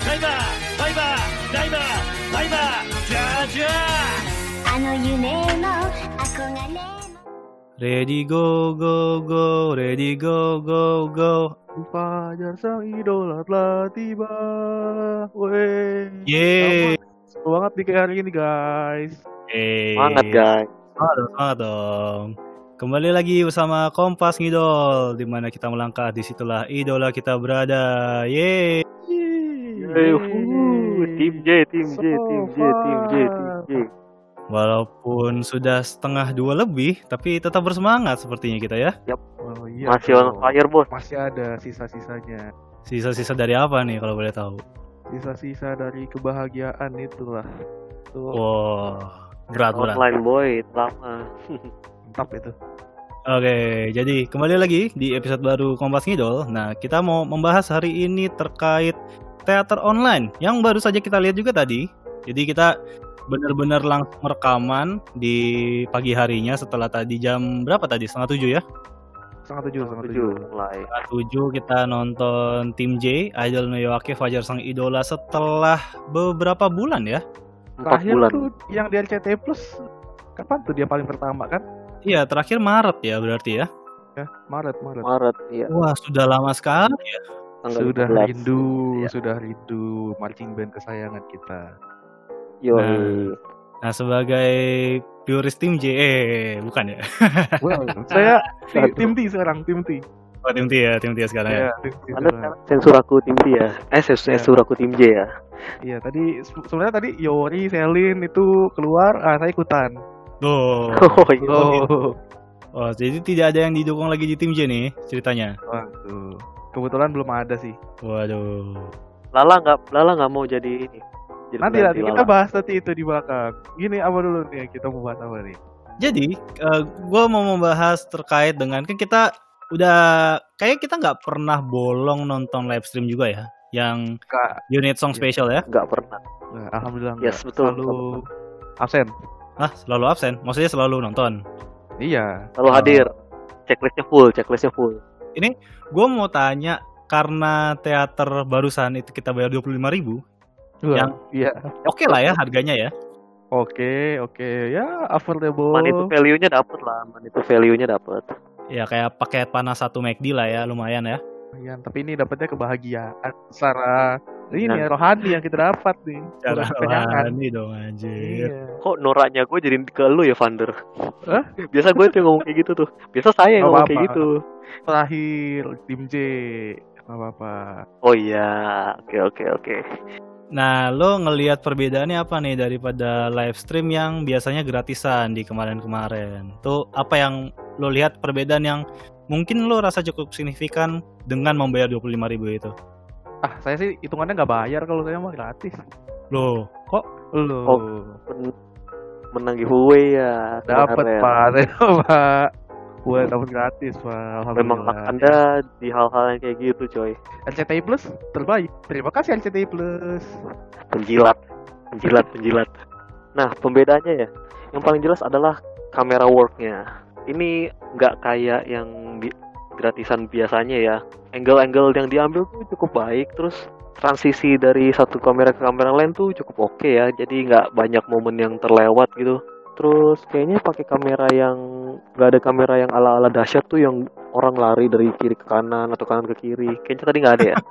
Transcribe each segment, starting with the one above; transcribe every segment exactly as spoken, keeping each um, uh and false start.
バイバーバイバーダイバーバイバージャージャーあの夢も憧れも Ready go go go, ready go go go. Fajar sang idola telah tiba. Weh. Yeay. Seru banget nih kayak hari ini guys. Hey. Semangat guys. Semangat dong, semangat dong. Kembali lagi bersama Kompas Ngidol, di mana kita melangkah, disitulah idola kita berada. Yeay. Yeay. Wuh, tim J, tim J, tim J, tim J, tim J. Walaupun sudah setengah dua lebih, tapi tetap bersemangat sepertinya kita ya. Yap. Oh, iya, Masih on dong. fire bos. Masih ada sisa-sisanya. Sisa-sisa dari apa nih kalau boleh tahu? Sisa-sisa dari kebahagiaan itulah. Tuh, Wah, berat-berat. Online boy, lama. mantap itu. Oke, jadi kembali lagi di episode baru Kompas Ngidol. Nah, kita mau membahas hari ini terkait teater online yang baru saja kita lihat juga tadi. Jadi kita benar-benar langsung rekaman di pagi harinya setelah tadi jam berapa tadi? Setengah tujuh ya? Setengah tujuh, setengah Tujuh tujuh. mulai. Setengah tujuh kita nonton Tim J, Idol Noyoake Fajar Sang Idola setelah beberapa bulan ya? Empat Terakhir bulan. tuh yang di R C T I Plus, kapan tuh dia paling pertama kan? Iya, terakhir Maret ya berarti ya? Ya, Maret, Maret. Maret, iya. Wah, sudah lama sekali ya? Tanggal Sudah empat belas. rindu, Iya. sudah rindu marching band kesayangan kita. Yoi. Nah, sebagai purist Tim J, eh bukan ya? Well, saya ti- tim T sekarang, tim T. Oh, Tim T ya, Tim T ya sekarang ya? Iya, tim T Anda sekarang. sekarang sensor aku tim T ya? Eh, sens- Iya. sensor aku tim J ya? Iya, tadi se- sebenarnya tadi Yori, Selin itu keluar, ah saya ikutan. Tuh. Oh iya. Oh, Oh, jadi tidak ada yang didukung lagi di Tim J nih ceritanya. waduh. Kebetulan belum ada sih. Waduh. Lala nggak, Lala nggak mau jadi ini. Jadi Nanti nanti pengganti kita Lala. bahas nanti itu di belakang. Gini apa dulu nih kita mau bahas apa nih? Jadi, gue mau membahas terkait dengan kan kita udah kayak kita nggak pernah bolong nonton live stream juga ya, yang Kak, unit song Iya. special ya. Nggak pernah. nah, alhamdulillah Yes, enggak. betul. Selalu absen. Ah, selalu absen. Maksudnya selalu nonton. Iya. Selalu Oh. hadir. Checklistnya full, checklistnya full. Gue mau tanya karena teater barusan itu kita bayar dua puluh lima ribu. Yang- Iya. Oke lah ya harganya ya. Oke, oke. Ya, affordable. Man itu value-nya dapet lah, man itu value-nya dapet. Ya kayak paket panas satu McD lah ya, lumayan ya. Lumayan, tapi ini dapatnya kebahagiaan secara ini Nah. ya rohani yang kita dapat nih. Cara Bukan kekenyangan. rohani dong anjir. Iya. Kok noraknya gue jadi ke lu ya, Vander? Hah? Biasa gue tuh yang ngomong kayak gitu tuh. Biasa saya yang Nggak ngomong apa-apa. kayak gitu. Terakhir tim J. Gak apa-apa. Oh iya, oke oke oke. Nah, lo ngelihat perbedaannya apa nih daripada live stream yang biasanya gratisan di kemarin-kemarin? Tuh apa yang lo lihat perbedaan yang mungkin lo rasa cukup signifikan dengan membayar dua puluh lima ribu itu? Ah, saya sih hitungannya nggak bayar kalau saya mah gratis. Loh, kok Lo Oh, Men- menang giveaway ya. dapat kemarin. Pak, saya Pak. Gue dapat gratis Pak. Memang Alhamdulillah. Anda di hal-hal yang kayak gitu, coy. R C T I Plus terbaik. Terima kasih R C T I Plus. Penjilat, penjilat, penjilat. Nah, pembedanya ya, yang paling jelas adalah kamera worknya. Ini nggak kayak yang bi- gratisan biasanya ya. Angle-angle yang diambil tuh cukup baik, terus transisi dari satu kamera ke kamera lain tuh cukup oke ya. Jadi nggak banyak momen yang terlewat gitu. Terus kayaknya pakai kamera yang nggak ada kamera yang ala-ala dahsyat tuh yang orang lari dari kiri ke kanan atau kanan ke kiri. Kayaknya tadi nggak ada ya.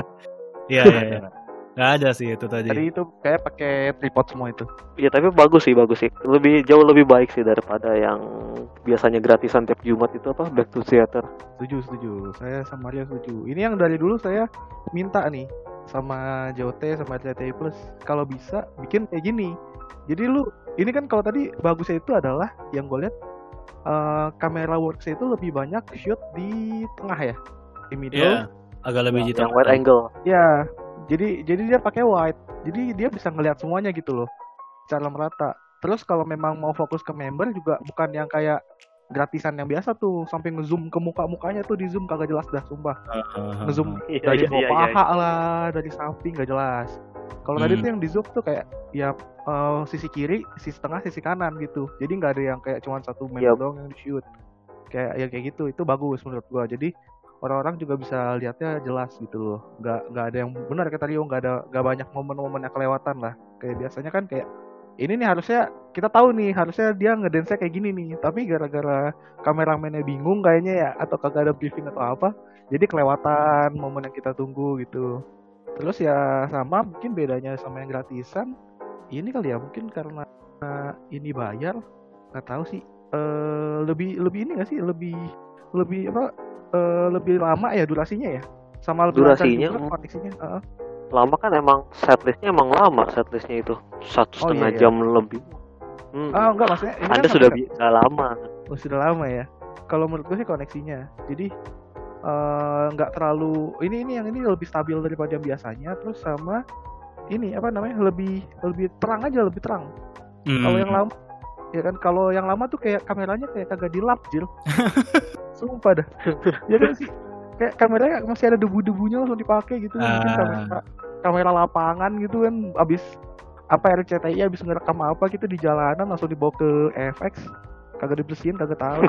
iya iya iya. Nggak ada sih itu tadi. Tadi itu kayak pakai tripod semua itu. Iya tapi bagus sih, bagus sih. Lebih jauh lebih baik sih daripada yang biasanya gratisan tiap Jumat itu apa Back to Theater. Setuju, setuju. Saya sama Ria setuju. Ini yang dari dulu saya minta nih sama J O T sama R C T I Plus kalau bisa bikin kayak gini. Jadi lu ini kan kalau tadi bagusnya itu adalah yang gue lihat eh, kamera works itu lebih banyak shoot di tengah ya, di middle. Iya, agak lebih Yang jitu. wide angle. Ya, jadi jadi dia pakai wide. Jadi dia bisa ngelihat semuanya gitu loh, secara merata. Terus kalau memang mau fokus ke member juga bukan yang kayak gratisan yang biasa tuh sampai ngezoom ke muka-mukanya tuh di zoom kagak jelas dah sumpah. Ngezoom Iya, dari iya, bawah iya, iya. paha lah, dari samping gak jelas. Kalau tadi Hmm. tuh yang di zoom tuh kayak ya eh, sisi kiri, sisi tengah, sisi kanan gitu. Jadi nggak ada yang kayak cuma satu member Yap. doang yang di shoot. Kayak ya kayak gitu, itu bagus menurut gua. Jadi orang-orang juga bisa lihatnya jelas gitu loh. Nggak nggak ada yang benar kata Rio, nggak ada nggak banyak momen-momen yang kelewatan lah. Kayak biasanya kan kayak ini nih harusnya kita tahu nih harusnya dia ngedance kayak gini nih, tapi gara-gara kameramennya bingung kayaknya ya atau kagak ada briefing atau apa, jadi kelewatan momen yang kita tunggu gitu. Terus ya sama mungkin bedanya sama yang gratisan ini kali ya, mungkin karena ini bayar, nggak tahu sih. Uh, lebih lebih ini nggak sih lebih lebih apa uh, lebih lama ya durasinya ya, sama lebih Durasinya, lancar juga mm. koneksinya. Uh, lama kan emang setlistnya emang lama, setlistnya itu satu Oh, setengah iya, iya. jam lebih. Hmm. ah enggak maksudnya ini Anda kan sudah maksudnya- bisa lama. oh, sudah lama ya. Kalau menurut gue sih koneksinya, jadi eh, nggak terlalu ini ini yang ini lebih stabil daripada yang biasanya. Terus sama ini apa namanya lebih lebih terang aja, lebih terang. Hmm. Kalau yang lama ya kan, kalau yang lama tuh kayak kameranya kayak kagak dilap, Jil. Sumpah dah. Ya kan sih, kayak kameranya masih ada debu-debunya langsung dipakai gitu. Mungkin Ah. kamera kamera lapangan gitu kan, abis apa R C T I abis ngerekam apa gitu di jalanan langsung dibawa ke F X, kagak dibersihin, kagak tahu.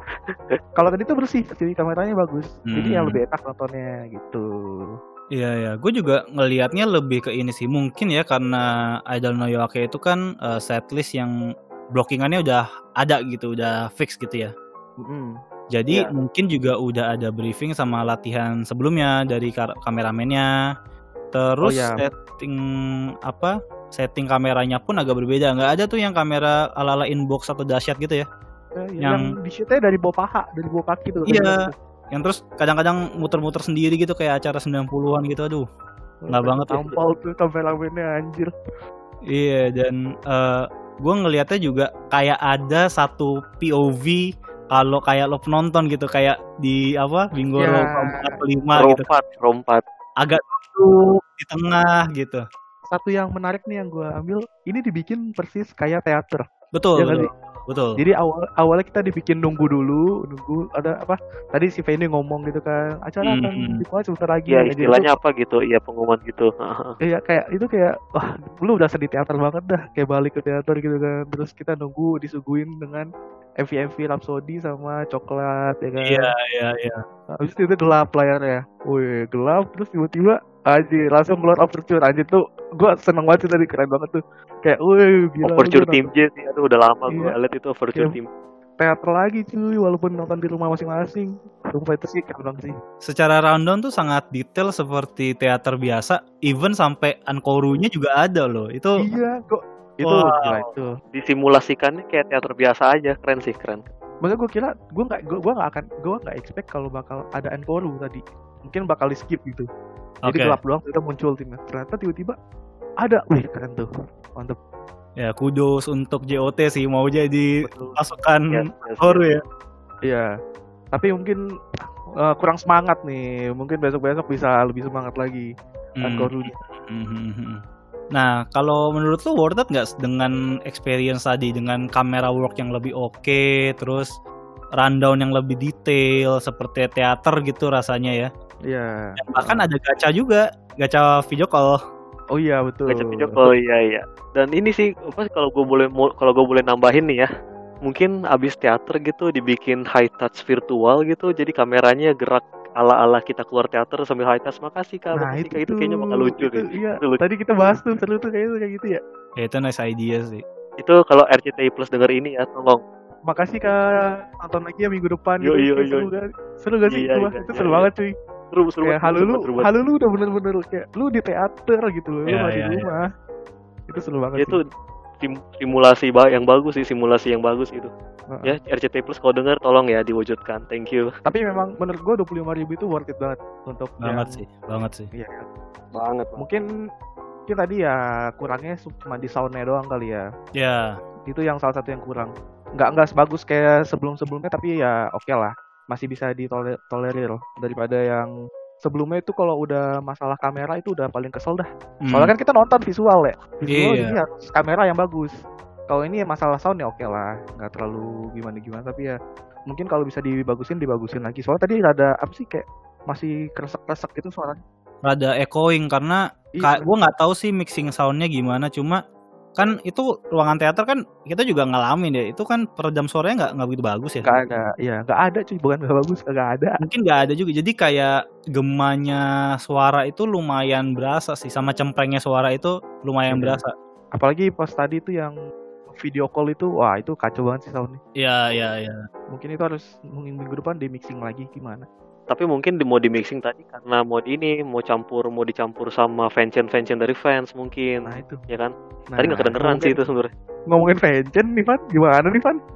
Kalau tadi tuh bersih, jadi kameranya bagus. Jadi Hmm. yang lebih enak nontonnya gitu. Iya ya, gue juga ngelihatnya lebih ke ini sih, mungkin ya karena Idol no Yoake itu kan eh, setlist yang blockingannya udah ada gitu, udah fix gitu ya. Mm-mm. Jadi Iya. mungkin juga udah ada briefing sama latihan sebelumnya dari kar- kameramennya. Terus Oh, iya. setting apa? Setting kameranya pun agak berbeda. Nggak ada tuh yang kamera ala-ala inbox atau dahsyat gitu ya. Eh, Yang- yang di shootnya dari bawah paha, dari bawah kaki tuh. Iya. Yang terus kadang-kadang muter-muter sendiri gitu kayak acara sembilan puluhan gitu. Aduh. Nggak banget ya. Tampol tuh kameramennya anjir. Iya, dan eh, gue ngelihatnya juga kayak ada satu P O V kalau kayak lo penonton gitu, kayak di apa Bingo Ya. empat puluh lima gitu, Rompat, rompat. agak duduk di tengah gitu. Satu yang menarik nih yang gue ambil, ini dibikin persis kayak teater. Betul, Iya nggak betul, sih? betul. Jadi awal awalnya kita dibikin nunggu dulu, nunggu ada apa? Tadi si Feni ngomong gitu kan, acara Hmm. akan dimulai sebentar lagi. Ya Jadi istilahnya apa gitu, ya pengumuman gitu. itu- Iya kayak itu kayak wah lu udah sedih teater banget dah, kayak balik ke teater gitu kan. Terus kita nunggu disuguhin dengan M V M V Rhapsody sama coklat ya kan. Iya, iya, iya. Habis itu gelap layarnya. Wih, gelap terus tiba-tiba anjir langsung keluar Overture. Anjir tuh gua seneng banget sih tadi, keren banget tuh. Kayak wih gila. Overture gua Team nonton J sih, aduh udah lama gue Iya. liat itu Overture Iya. Team. teater lagi cuy, walaupun nonton di rumah masing-masing. Sumpah itu sih keren banget sih. Secara rundown tuh sangat detail seperti teater biasa, even sampai encore-nya juga ada loh. Itu Iya kok. Itu Wow. gila itu. Disimulasikannya kayak teater biasa aja, keren sih, keren. Makanya gue kira gue nggak gue gue nggak akan gue nggak expect kalau bakal ada encore tadi. Mungkin bakal di skip gitu. Jadi Oke. gelap doang kita muncul timnya. Ternyata tiba-tiba ada. Wih keren tuh. Mantep. ya kudos untuk J O T sih mau jadi Betul. pasukan Yes, yes, encore yes. ya. Iya. Tapi mungkin eh, kurang semangat nih. Mungkin besok-besok bisa lebih semangat lagi. Hmm. Encore-nya. Mhm. Nah, kalau menurut lu worth it nggak dengan experience tadi, dengan kamera work yang lebih oke, terus rundown yang lebih detail seperti teater gitu rasanya ya. Iya. Dan bahkan ada gacha juga, gacha video call. Oh iya betul. Gacha video call, iya iya. Dan ini sih apa sih, kalau gue boleh mau- kalau gue boleh nambahin nih ya, mungkin abis teater gitu dibikin high touch virtual gitu, jadi kameranya gerak ala-ala kita keluar teater sambil high touch. Makasih kak, Nah makasih itu kak, itu kayaknya bakal lucu itu, deh. Iya. Itu lucu. Tadi kita bahas tuh seru tuh kayak kayak gitu ya. Ya, itu nice idea sih. Itu kalau R C T I Plus denger ini ya, tolong. Makasih kak, nonton lagi ya minggu depan. Yo, gitu. yo, Kayak yo. Seru gak? Seru gak sih? Iya, Coba, iya, itu iya, seru iya. banget cuy. Seru, seru Kayak banget, halu seru lu, banget, seru banget. halu lu udah bener-bener kayak lu di teater gitu loh, lu Iya, nggak di iya, iya. rumah. Itu seru banget Itu sih. sim- simulasi ba- yang bagus sih, simulasi yang bagus itu. Heeh. Ya, R C T I Plus kalau denger tolong ya diwujudkan. Thank you. Tapi memang menurut gua dua puluh lima ribu itu worth it banget untuk Banget yang- sih, banget sih. Iya. Banget. Mungkin mungkin tadi ya kurangnya su- cuma di soundnya doang kali ya. Ya, Itu yang salah satu yang kurang. Nggak nggak sebagus kayak sebelum-sebelumnya, tapi ya oke lah, masih bisa ditolerir daripada yang sebelumnya itu. Kalau udah masalah kamera itu udah paling kesel dah. hmm, Soalnya kan kita nonton visual ya, visual Iya. jadi harus kamera yang bagus. Kalau ini ya masalah sound ya oke lah, nggak terlalu gimana-gimana, tapi ya mungkin kalau bisa dibagusin dibagusin lagi. Soalnya tadi ada apa sih kayak masih kresek-kresek gitu suaranya. rada echoing karena Iya. gue nggak tahu sih mixing soundnya gimana, cuma kan itu ruangan teater kan kita juga ngalamin ya. Itu kan peredam suaranya nggak nggak begitu bagus ya. Nggak ada, ya nggak ada cuy, bukan nggak bagus, nggak ada. Mungkin nggak ada juga. Jadi kayak gemanya suara itu lumayan berasa sih, sama cemprengnya suara itu lumayan Iya. berasa. Apalagi pas tadi tuh yang video call itu, wah itu kacau banget sih soundnya. Iya iya iya. Mungkin itu harus mungkin minggu depan di mixing lagi gimana? Tapi mungkin di mau di mixing tadi karena mau ini mau campur mau dicampur sama fancen-fancen dari fans mungkin, Nah itu. ya kan? Nah, Tadi nggak kedengeran sih itu sebenarnya. Ngomongin fancen nih Van, gimana nih Van?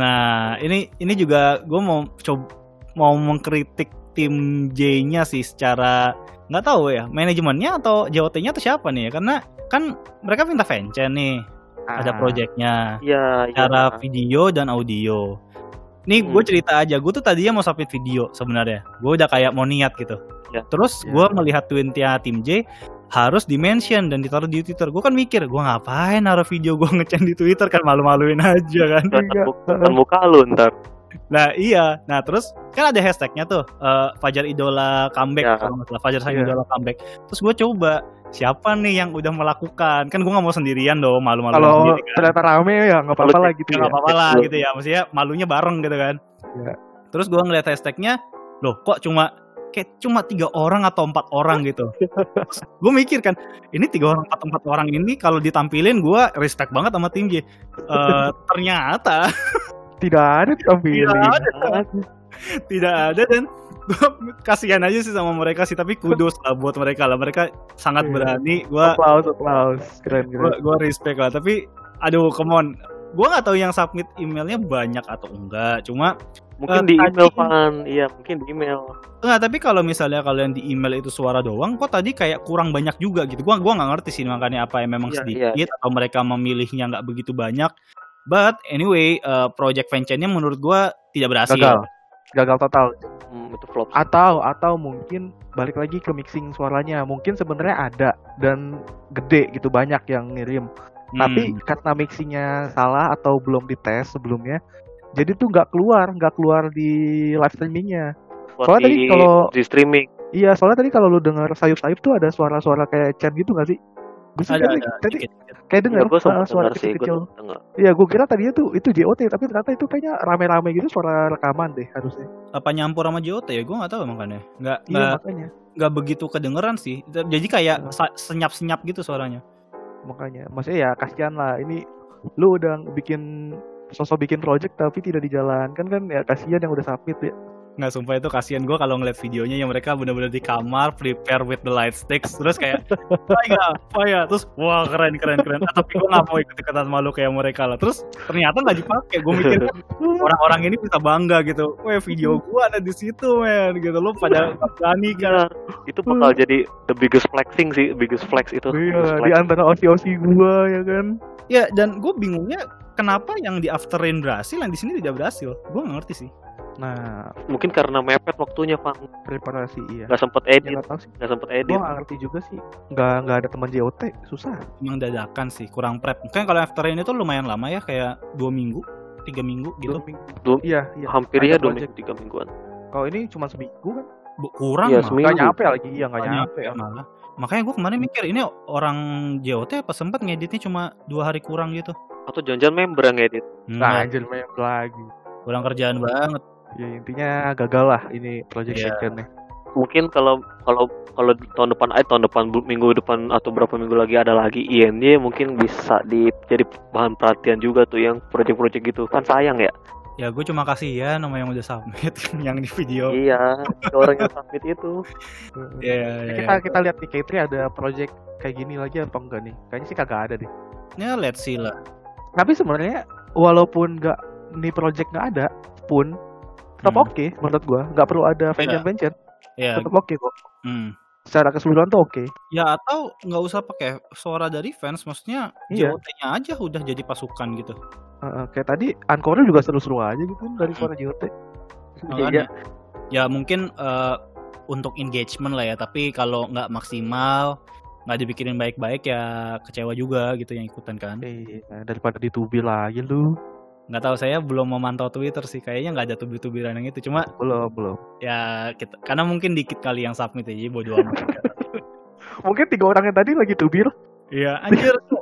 Nah ini ini juga gue mau coba mau mengkritik tim J-nya sih secara nggak tahu ya manajemennya atau J O T-nya atau siapa nih ya, karena kan mereka minta fancen nih, ada Ah, projectnya, Iya, iya. cara video dan audio. Nih gue Hmm. cerita aja, gue tuh tadinya mau submit video sebenarnya, gue udah kayak mau niat gitu. Ya. Terus Ya. gue melihat tweetnya tim J harus di mention dan ditaruh di Twitter. Gue kan mikir, gue ngapain naruh video gue ngecen di Twitter, kan malu-maluin aja kan. Kelihatan Iya. bu- kelihatan muka lu ntar. Nah iya, nah terus kan ada hashtagnya tuh, eh, Fajar Idola comeback, Ya. kalau nggak salah, Fajar Sang Iya. Idola comeback. Terus gue coba siapa nih yang udah melakukan, kan gue nggak mau sendirian dong, malu-maluin kalau sendiri kan. ternyata rame ya nggak apa-apa Kalau lah gitu Ya ya. nggak apa-apa lah Betul. gitu ya, maksudnya malunya bareng gitu kan. Iya. Terus gue ngeliat hashtagnya, loh kok cuma kayak cuma tiga orang atau empat orang gitu. Gue mikir kan, ini tiga orang atau empat orang ini kalau ditampilin gue respect banget sama tim J. Eh, ternyata Tidak ada tampilin. Tidak ada. tidak ada, dan gue kasihan aja sih sama mereka sih, tapi kudos lah buat mereka lah, mereka sangat Iya. berani. Gue Applause, applause, keren gue keren. gue respect lah, tapi aduh come on, gue nggak tahu yang submit emailnya banyak atau enggak, cuma Mungkin Eh, di email tadi- Van, iya mungkin di email. enggak, tapi kalau misalnya kalian di email itu suara doang, kok tadi kayak kurang banyak juga gitu. Gua gua nggak ngerti sih makanya apa yang memang Iya, sedikit iya, atau mereka memilihnya nggak begitu banyak. But anyway, uh, project fancen-nya menurut gua tidak berhasil. Gagal, gagal total. Hmm, itu flop. Atau atau mungkin balik lagi ke mixing suaranya, mungkin sebenarnya ada dan gede gitu, banyak yang ngirim. Hmm. Tapi karena mixingnya salah atau belum dites sebelumnya, jadi tuh nggak keluar, nggak keluar di live streamingnya. Buat soalnya di, tadi kalau- di streaming. Iya, soalnya tadi kalau lu denger sayup-sayup tuh ada suara-suara kayak Chan gitu nggak sih? Gue sih ada tadi, ada tadi dikit, dikit. kayak Ya, denger gue uh, sempat suara dengar sih, gue kecil-kecil. sempat dengar. Iya, gue kira tadinya tuh itu J O T, tapi ternyata itu kayaknya rame-rame gitu suara rekaman deh harusnya. Apa nyampur sama J O T ya? Gua nggak tahu makanya. Nggak Iya, nggak makanya. nggak begitu kedengeran sih. Jadi kayak Iya. sa- senyap-senyap gitu suaranya. Makanya, maksudnya ya kasihan lah, ini lu udah bikin sosok bikin project tapi tidak dijalankan kan, ya kasihan yang udah submit ya. Nggak, sumpah itu kasihan gue kalau ngeliat videonya yang mereka bener-bener di kamar prepare with the light sticks, terus kayak fire fire, terus wah keren keren keren. Ah, tapi gue nggak mau ikut ikutan malu kayak mereka lah. Terus ternyata nggak dipakai. Gue mikir kan orang-orang ini bisa bangga gitu. Weh, video gue ada di situ men gitu. Lu pada berani kan. Iya, itu bakal jadi the biggest flexing sih, biggest flex itu. biggest Iya, flex. di antara osi-osi gua ya kan. Ya, dan gue bingungnya kenapa yang di afterin berhasil, yang di sini tidak berhasil. Gue nggak ngerti sih. Nah, Mungkin karena mepet waktunya, Van. preparasi iya. Nggak sempet Ya edit, nggak tahu sih. nggak sempet Gua edit. nggak ngerti juga sih. Nggak nggak ada teman J O T, susah. Emang dadakan sih, kurang prep. Mungkin kalau afterin itu lumayan lama ya, kayak dua minggu, tiga minggu gitu. Dua minggu. Dua- Iya, iya. Hampir Ada ya dua project. minggu, tiga mingguan. Kalau ini cuma seminggu kan? Bu- kurang Iya, malah. seminggu. Nggak nyampe lagi, iya nggak Nggak nyampe. nyampe malah. Makanya gue kemarin mikir ini orang J O T apa sempat ngeditnya cuma dua hari kurang gitu. Atau jangan-jangan member yang edit. Nah, Nggak, anjir main lagi. kurang kerjaan banget. Ya intinya gagal lah ini project Iya. sectionnya. Mungkin kalau kalau kalau tahun depan, eh tahun depan bu- minggu depan atau berapa minggu lagi ada lagi I N Y, mungkin bisa di jadi bahan perhatian juga tuh yang project-project gitu. Kan sayang ya. Ya gue cuma kasihan sama yang udah submit yang di video. Iya, orang yang submit itu. Iya, iya, Ya, iya. kita kita lihat di K tiga ada project kayak gini lagi apa enggak nih? Kayaknya sih kagak ada deh. Ya let's see lah. Tapi sebenarnya walaupun nggak nih project nggak ada pun tetap Hmm. oke menurut gua. Nggak perlu ada venture-venture, Ya, tetap oke kok. hmm. Secara keseluruhan tuh oke. Ya atau nggak usah pakai suara dari fans, maksudnya Iya. J O T-nya aja udah jadi pasukan gitu. Heeh, kayak tadi Encore juga seru-seru aja gitu kan dari suara J O T. Makanya, ya mungkin eh, untuk engagement lah ya, tapi kalau nggak maksimal, nggak dibikinin baik-baik ya kecewa juga gitu yang ikutan kan. Eh, daripada ditubil lagi lu. Nggak tahu, saya belum memantau Twitter sih, kayaknya nggak ada tubir-tubiran yang itu, cuma Belum, belum. ya kita, karena mungkin dikit kali yang submit aja, bodo amat. Mungkin tiga orang yang tadi lagi tubil. Iya, anjir. Ya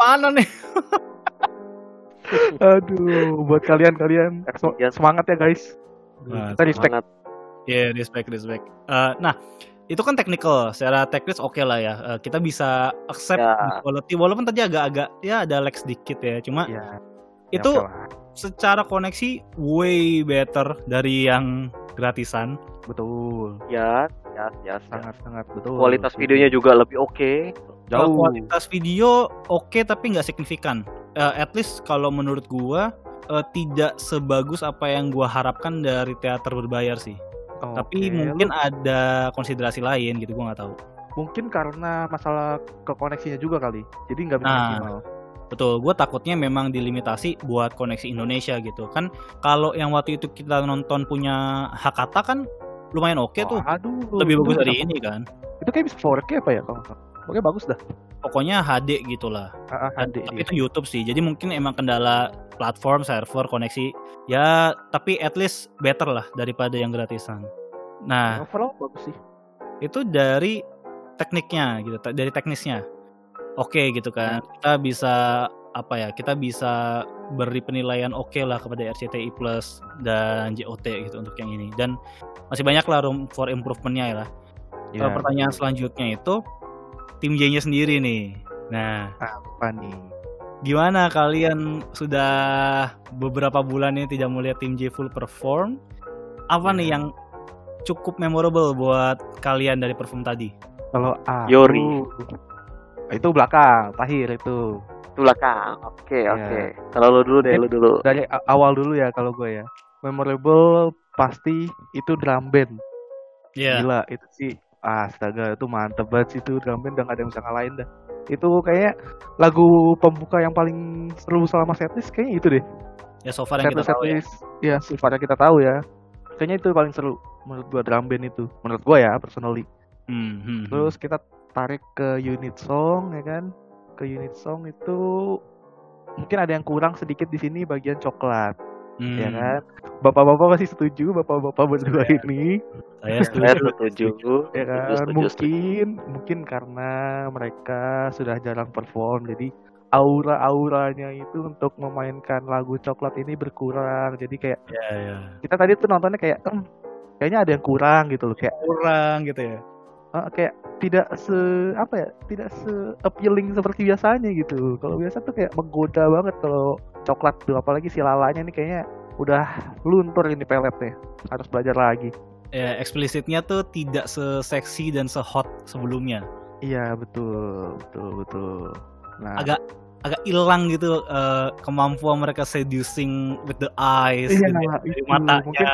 apaan nih? Aduh, buat kalian-kalian so- Kasian. semangat ya guys. Nah, Kita respect. Semangat. Ya, yeah, respect, respect. Uh, nah, itu kan technical, secara teknis oke lah ya. Uh, kita bisa accept Ya. di quality, walaupun tadi agak-agak ya ada lag sedikit ya. Cuma Ya, itu ya, oke lah. secara koneksi way better dari yang gratisan. Betul. Ya, ya, ya. ya. Sangat-sangat betul. Kualitas videonya juga lebih oke. Uh, jauh. kualitas video oke tapi nggak signifikan. Uh, at least kalau menurut gua uh, tidak sebagus apa yang gua harapkan dari teater berbayar sih. Oke, Tapi mungkin ada konsiderasi lain gitu, gua nggak tahu. mungkin karena masalah ke koneksinya juga kali. Jadi nggak bisa Nah, maksimal. Betul, gue takutnya memang dilimitasi buat koneksi Indonesia gitu kan. Kalau yang waktu itu kita nonton punya Hakata kan lumayan oke tuh, Oh, aduh, lebih itu bagus dari bisa- ini kan. Itu kayak bisa four K apa ya kalau nggak salah. Oke, bagus dah. Pokoknya H D gitulah. Ah, ah, H D Tapi dia. itu YouTube sih, jadi mungkin emang kendala platform, server, koneksi. Ya, tapi at least better lah daripada yang gratisan. Nah, Overall bagus sih. itu dari tekniknya gitu, te- dari teknisnya. Oke gitu kan. Kita bisa apa ya? Kita bisa beri penilaian oke lah kepada R C T I Plus dan J O T gitu untuk yang ini. Dan masih banyak lah room for improvementnya ya lah. Ya, Kalau pertanyaan selanjutnya itu tim J-nya sendiri nih. Nah, apa nih? gimana kalian sudah beberapa bulan ini tidak melihat tim J full perform? Apa Ya. nih yang cukup memorable buat kalian dari perform tadi? Kalau aku, Yori. itu belakang, Tahir itu. Itulah Kang. Oke, Ya. oke. Kalau lu dulu deh, lu dulu. Dari a- awal dulu ya kalau gue ya. Memorable pasti itu drum band. Iya. Gila, itu sih astaga itu mantep banget sih itu drum band, udah gak ada yang bisa ngalahin dah. Itu kayak lagu pembuka yang paling seru selama setlist kayaknya itu deh. Ya so far yang kita Setlist tahu ya. setlist ya so far yang kita tahu ya. Kayaknya itu paling seru menurut gua drum band itu. Menurut gua ya personally. Hmm, hmm, hmm. Terus kita tarik ke unit song ya kan. Ke unit song itu mungkin ada yang kurang sedikit di sini bagian coklat Hmm, ya kan. Bapak-bapak pasti setuju, bapak-bapak berdua ini Saya Saya setuju. setuju. ya kan. Setuju, setuju, Mungkin mungkin karena mereka sudah jarang perform jadi aura-auranya itu untuk memainkan lagu coklat ini berkurang. Jadi kayak Ya, ya. kita tadi tuh nontonnya kayak "Em, kayaknya ada yang kurang gitu loh, kayak Kurang gitu ya. eh, kayak tidak se apa ya, tidak se appealing seperti biasanya gitu. Kalau biasa tuh kayak menggoda banget kalau coklat tuh, apalagi si lalanya nih kayaknya udah luntur ini peletnya. Harus belajar lagi. Ya, eksplisitnya tuh tidak seseksi dan sehot sebelumnya. Iya, betul, betul, betul. Nah, Agak agak hilang gitu eh, kemampuan mereka seducing with the eyes, iya, gitu ya, dari itu matanya. mungkin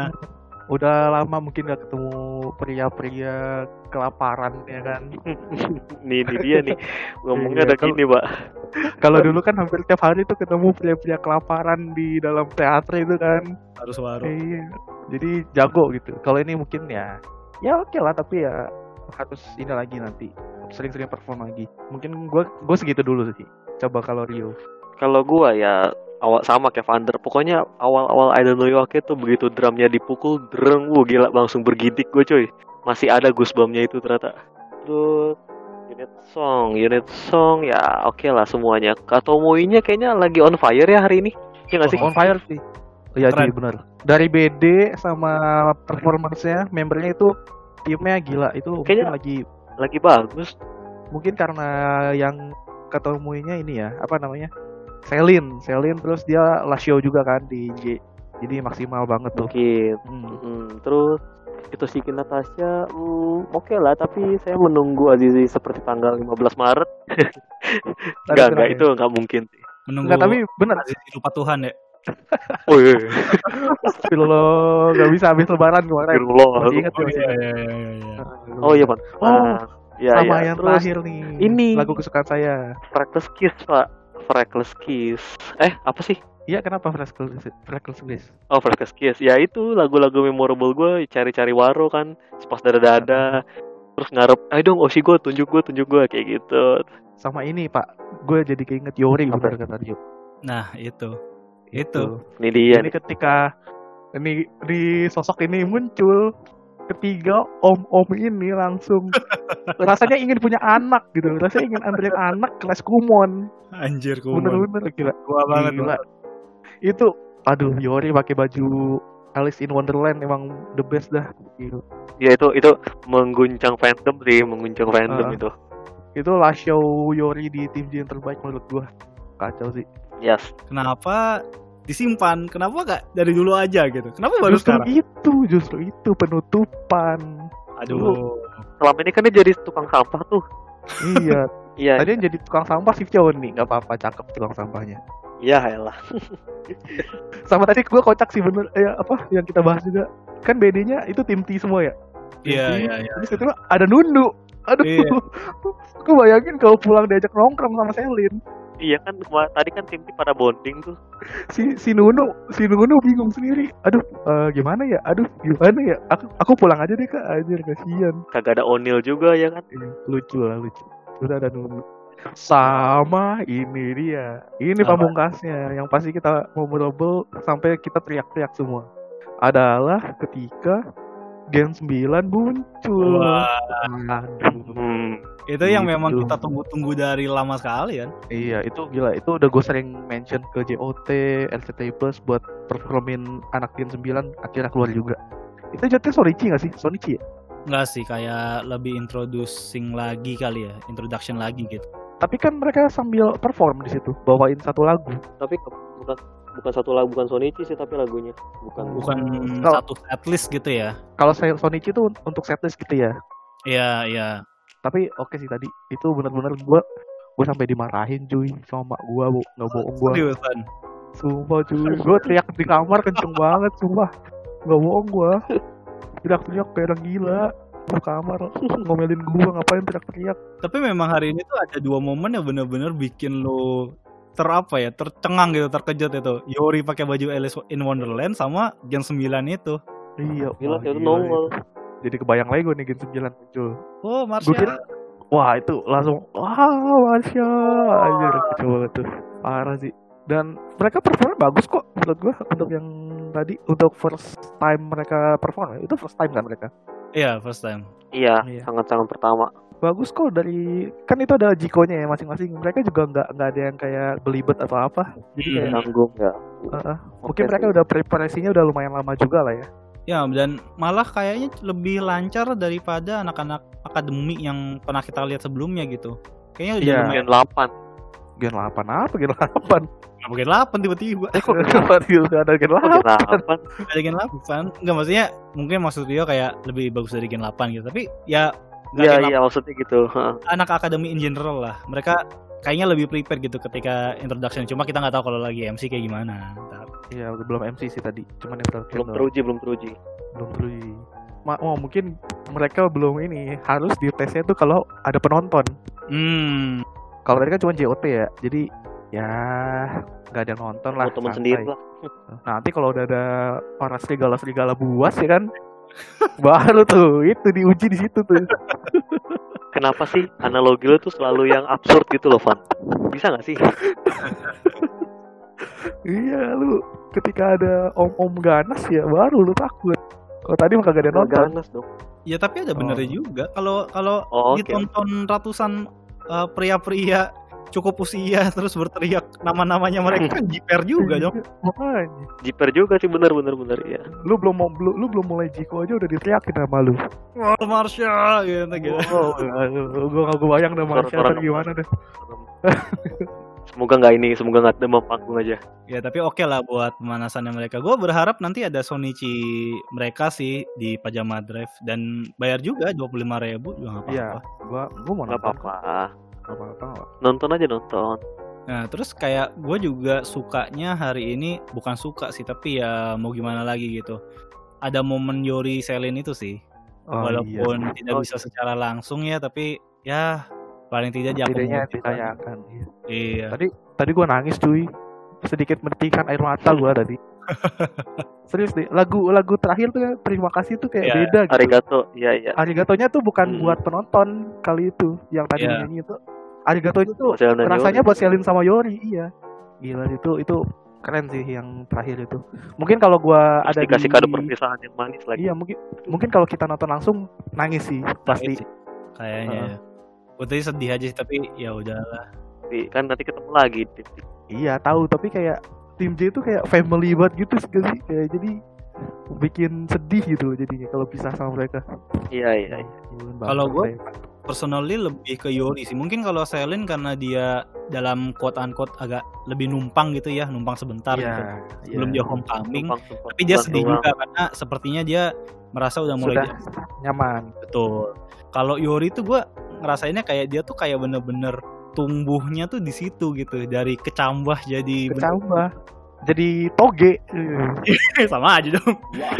udah lama mungkin gak ketemu pria-pria kelaparan ya kan. nih, ini dia nih. Ngomongnya Iya, ada kalau- gini, Pak. Kalau dulu kan hampir tiap hari tuh ketemu pria-pria kelaparan di dalam teater itu kan. Harus waru. Iya. Jadi jago gitu. Kalau ini mungkin ya, ya oke lah, tapi ya harus ini lagi nanti sering-sering perform lagi. Mungkin gue gue segitu dulu sih. Coba kalau Rio. Kalau gua ya awal sama kayak Vander. Pokoknya awal-awal I Don't Know You Oke tuh begitu drumnya dipukul, dreng, wuh gila langsung bergidik gue coy. Masih ada goosebump-nya itu ternyata. Terus unit song, unit song ya oke lah semuanya. Katomoinya kayaknya lagi on fire ya hari ini. Iya nggak sih? On fire sih. Oh, iya Keren. sih benar. Dari B D sama performance-nya, membernya itu timnya gila. Itu mungkin Kayaknya- lagi Lagi bagus. mungkin karena yang ketemuinya ini ya, apa namanya? Selin, Selin terus dia last show juga kan di J. Jadi maksimal banget tuh. Mungkin. Hmm. Hmm, terus itu si Natasha, hmm, oke lah. Tapi saya menunggu Azizi seperti tanggal lima belas Maret. Enggak, enggak kenapa? itu enggak mungkin sih. Menunggu Enggak, tapi bener. Azizi lupa Tuhan ya. Oh iya. Astagfirullah, gak bisa habis lebaran kemarin. Astagfirullah. Masih ingat Oh tuh. iya iya iya iya. Oh iya, Pak. Oh, Nah, ya, sama ya. yang Terus terakhir nih. ini. Lagu kesukaan saya. Freckles Kiss, Pak. Freckles Kiss. Eh, apa sih? Iya, kenapa Freckles Freckles Kiss? Oh, Freckles Kiss. Ya itu lagu-lagu memorable gue, cari-cari waro kan, sepas dada-dada. Terus ngarep, ayo dong Oshi gue, tunjuk gue, tunjuk gue kayak gitu. Sama ini, Pak. Gue jadi keinget Yori Apa? bener kata Rio. Nah, itu. Itu. Ini dia Ini nih. ketika ini di sosok ini muncul, ketiga om-om ini langsung rasanya ingin punya anak gitu, rasanya ingin anterin anak kelas Kumon. Anjir, Kumon. Bener-bener gila. Gua banget Gila. Itu aduh, Yori pakai baju Alice in Wonderland emang the best dah. Gitu. Ya itu itu mengguncang fandom sih, mengguncang fandom Uh. itu. Itu last show Yori di tim J yang terbaik menurut gua. Kacau sih. Yes. Kenapa disimpan? Kenapa gak dari dulu aja gitu? Kenapa baru Justru sekarang? itu, justru itu penutupan. Aduh. Selama ini kan dia jadi tukang sampah tuh. Iya. Iya. Tadi yang jadi tukang sampah sih cowok nih, nggak apa-apa, cakep tukang sampahnya. Iya, elah. Sama tadi gua kocak sih bener, ya apa yang kita bahas juga. Kan B D-nya itu tim T semua ya. Tim Iya, T, iya, iya. Terus itu ada Nundu. Aduh. Iya. Gue bayangin kalau pulang diajak nongkrong sama Selin. Iya kan kema- tadi kan tim tim pada bonding tuh. Si si Nunu, si Nunu bingung sendiri. Aduh, eh, gimana ya? Aduh, gimana ya? Aku aku pulang aja deh, Kak. Anjir, kasihan. Kagak ada O'Neal juga ya kan. Iya, lucu lah, lucu. Terus ada Nunu. Sama ini dia. Ini Apa? pamungkasnya yang pasti kita memorable sampai kita teriak-teriak semua. Adalah ketika Gen sembilan muncul. Wah, Aduh. Hmm. itu yang Gitu. memang kita tunggu-tunggu dari lama sekali kan. Iya, itu gila. Itu udah gue sering mention ke J O T, R C T I Plus buat performin anak Gen sembilan akhirnya keluar juga. Itu jatuhnya Sonichi gak sih? Sonichi ya? Enggak sih, kayak lebih introducing lagi kali ya, introduction lagi gitu. Tapi kan mereka sambil perform di situ, bawain satu lagu. Tapi ke- bukan bukan satu lagu, bukan Sonichi sih tapi lagunya. Bukan. Bukan Kalau- satu setlist gitu ya. Kalau saya Sonichi itu untuk setlist gitu ya. Iya, iya. Tapi oke sih tadi itu benar-benar gue gue sampai dimarahin cuy sama mak gue, bu nggak bohong gue. Seriusan. Sumpah cuy, gue teriak di kamar kenceng banget, sumpah nggak bohong gue. Teriak-teriak kayak orang gila di kamar, ngomelin gue ngapain teriak-teriak. Tapi memang hari ini tuh ada dua momen yang bener-bener bikin lo terapa ya, tercengang gitu, terkejut itu. Yori pakai baju Alice in Wonderland sama Gen sembilan itu. Iya, Gila, wah, itu gila nongol. itu. Jadi kebayang lagi gue nih Gen sembilan muncul. Oh, Gue Marsha. kira, wah itu langsung, wah Marsha, anjir kacau banget tuh, parah sih. Dan mereka perform bagus kok menurut gue untuk yang tadi, untuk first time mereka perform, itu first time kan mereka. Iya, first time. Iya, Iya. sangat-sangat pertama. Bagus kok dari, kan itu ada Jiko-nya ya masing-masing. Mereka juga nggak nggak ada yang kayak belibet atau apa. Jadi Hmm. kayak, Nanggung ya. uh-uh. mungkin mereka udah preparasinya udah lumayan lama juga lah ya. Ya, dan malah kayaknya lebih lancar daripada anak-anak akademi yang pernah kita lihat sebelumnya gitu. Kayaknya udah Iya. lumayan. Gen delapan. Gen delapan apa? Gen delapan? Mungkin delapan tiba-tiba. Eh kok Gen delapan gitu? Ada Gen Oh, Gen delapan? delapan. Ada Gen delapan. Enggak, maksudnya mungkin maksud Rio kayak lebih bagus dari Gen delapan gitu. Tapi ya nggak Iya, Gen iya maksudnya gitu. Heeh. delapan. Anak akademi in general lah. Mereka kayaknya lebih prepare gitu ketika introduction. Cuma kita nggak tahu kalau lagi M C kayak gimana. Ntar. Iya, belum M C sih tadi. Cuman yang terakhir Belum doang. teruji, belum teruji. Belum teruji. Ma- oh mungkin mereka belum ini, harus di tesnya tuh kalau ada penonton. Hmm. Kalau tadi kan cuma J O T ya, jadi ya nggak ada yang nonton lah. Mau temen santai. sendiri lah. Nanti kalau udah ada orang serigala-serigala buas ya kan, baru tuh itu diuji di situ tuh. Kenapa sih analogi lo tuh selalu yang absurd gitu loh, Van? Bisa nggak sih? Iya lu, ketika ada om-om ganas ya baru lu takut. Kalau tadi mah kagak ada yang nonton. Ganas dong. Ya tapi ada benernya juga. Kalau kalau Oh, oke. ditonton ratusan uh, pria-pria cukup usia terus berteriak nama-namanya mereka kan jiper juga dong. Iya, makanya. Jiper juga sih, bener bener bener ya. Lu belum mau lu, lu belum mulai Jiko aja udah diteriakin sama lu. Wah, Marsha gitu gitu. Oh, gue gak gue bayang deh Marsha Suara-suara ntar gimana deh. Semoga nggak ini, semoga nggak demam panggung aja. Ya tapi oke lah buat pemanasannya mereka. Gue berharap nanti ada Sonichi mereka sih di Pajama Drive dan bayar juga dua puluh lima ribu juga nggak Iya, apa-apa. gua gua mau Nggak nonton. apa-apa. Nggak apa-apa. nggak. Nonton aja nonton. Nah terus kayak gue juga sukanya hari ini, bukan suka sih tapi ya mau gimana lagi gitu. Ada momen Yori Selin itu sih. Oh, Walaupun iya. tidak Oh, bisa secara langsung ya, tapi ya paling tidak Tidaknya diakomodir. ditayangkan. Iya. Iya. Tadi tadi gua nangis cuy. Sedikit menitikkan air mata gua tadi. Serius deh, lagu-lagu terakhir tuh ya, terima kasih tuh kayak Iya, beda gitu. Arigato, iya iya. Arigatonya tuh bukan Hmm. buat penonton kali itu. Yang tadi Iya. nyanyi itu. Arigatonya tuh Selin dan rasanya Yori. buat Selin sama Yori, iya. Gila itu itu keren sih yang terakhir itu. Mungkin kalau gua Terus ada dikasih di kado perpisahan yang manis lagi. Iya, mungkin mungkin kalau kita nonton langsung nangis sih pasti. Nangis sih. kayaknya. Heeh. Ya. Putri sedih aja sih, tapi ya udahlah. Tapi kan nanti ketemu lagi. Iya tahu, tapi kayak tim J itu kayak family banget gitu sih, kayak jadi bikin sedih gitu jadinya kalau pisah sama mereka. Iya iya. iya. Kalau gue personally lebih ke Yori sih. Mungkin kalau Selin karena dia dalam quote unquote agak lebih numpang gitu ya, numpang sebentar Iya, gitu. iya. Sebelum dia homecoming. Tumpang, tumpang, Tapi dia tumpang, sedih tumpang. juga karena sepertinya dia merasa udah mulai sudah nyaman. betul. Kalau Yori tuh gue ngerasainnya kayak dia tuh kayak bener-bener tumbuhnya tuh di situ gitu, dari kecambah jadi Kecambah jadi toge. bener- sama aja dong.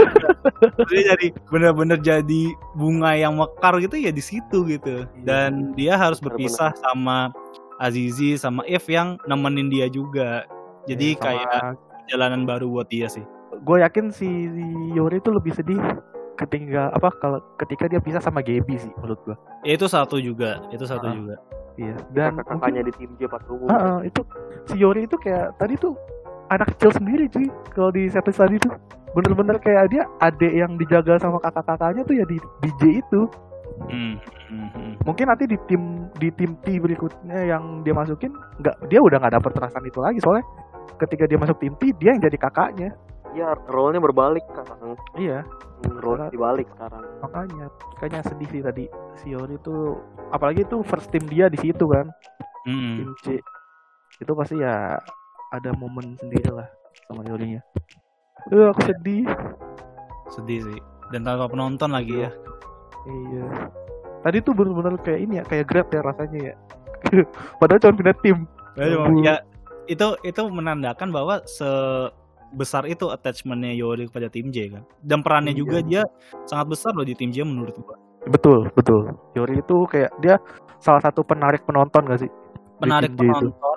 Dia jadi bener-bener jadi bunga yang mekar gitu ya di situ gitu. Dan dia harus berpisah sama Azizi sama Eve yang nemenin dia juga. Jadi Ya, sama- kayak perjalanan baru buat dia sih. gue yakin si Yori itu lebih sedih ketika apa kalau ketika dia pisah sama Gaby sih menurut gue. Ya, itu satu juga, itu satu Ah. juga. Iya. Dan kakak-kakaknya di tim J pada umum. Heeh, itu si Yori itu kayak tadi tuh anak kecil sendiri cuy. Kalau di setlist tadi tuh bener-bener kayak dia adik yang dijaga sama kakak-kakaknya tuh ya di D J itu. Hmm, hmm, hmm. Mungkin nanti di tim di tim T berikutnya yang dia masukin nggak dia udah nggak dapet perasaan itu lagi soalnya ketika dia masuk tim T dia yang jadi kakaknya. Ya, role-nya berbalik sekarang. Iya. Hmm, Role dibalik sekarang. Makanya kayaknya sedih sih tadi si Yori tuh apalagi tuh first team dia di situ kan. Hmm. Tim C itu pasti ya ada momen sendiri lah sama Yorinya. Eh aku sedih. Sedih sih. Dan tanpa penonton lagi ya. Iya. Tadi tuh bener-bener kayak ini ya, kayak Grab ya rasanya ya. Padahal cuma pindah tim. Ya, itu itu menandakan bahwa sebesar itu attachment-nya Yori kepada tim J kan. Dan perannya Iya. juga dia sangat besar loh di tim J menurut gua. Betul, betul. Yori itu kayak dia salah satu penarik penonton gak sih? Di Penarik tim J itu. penonton,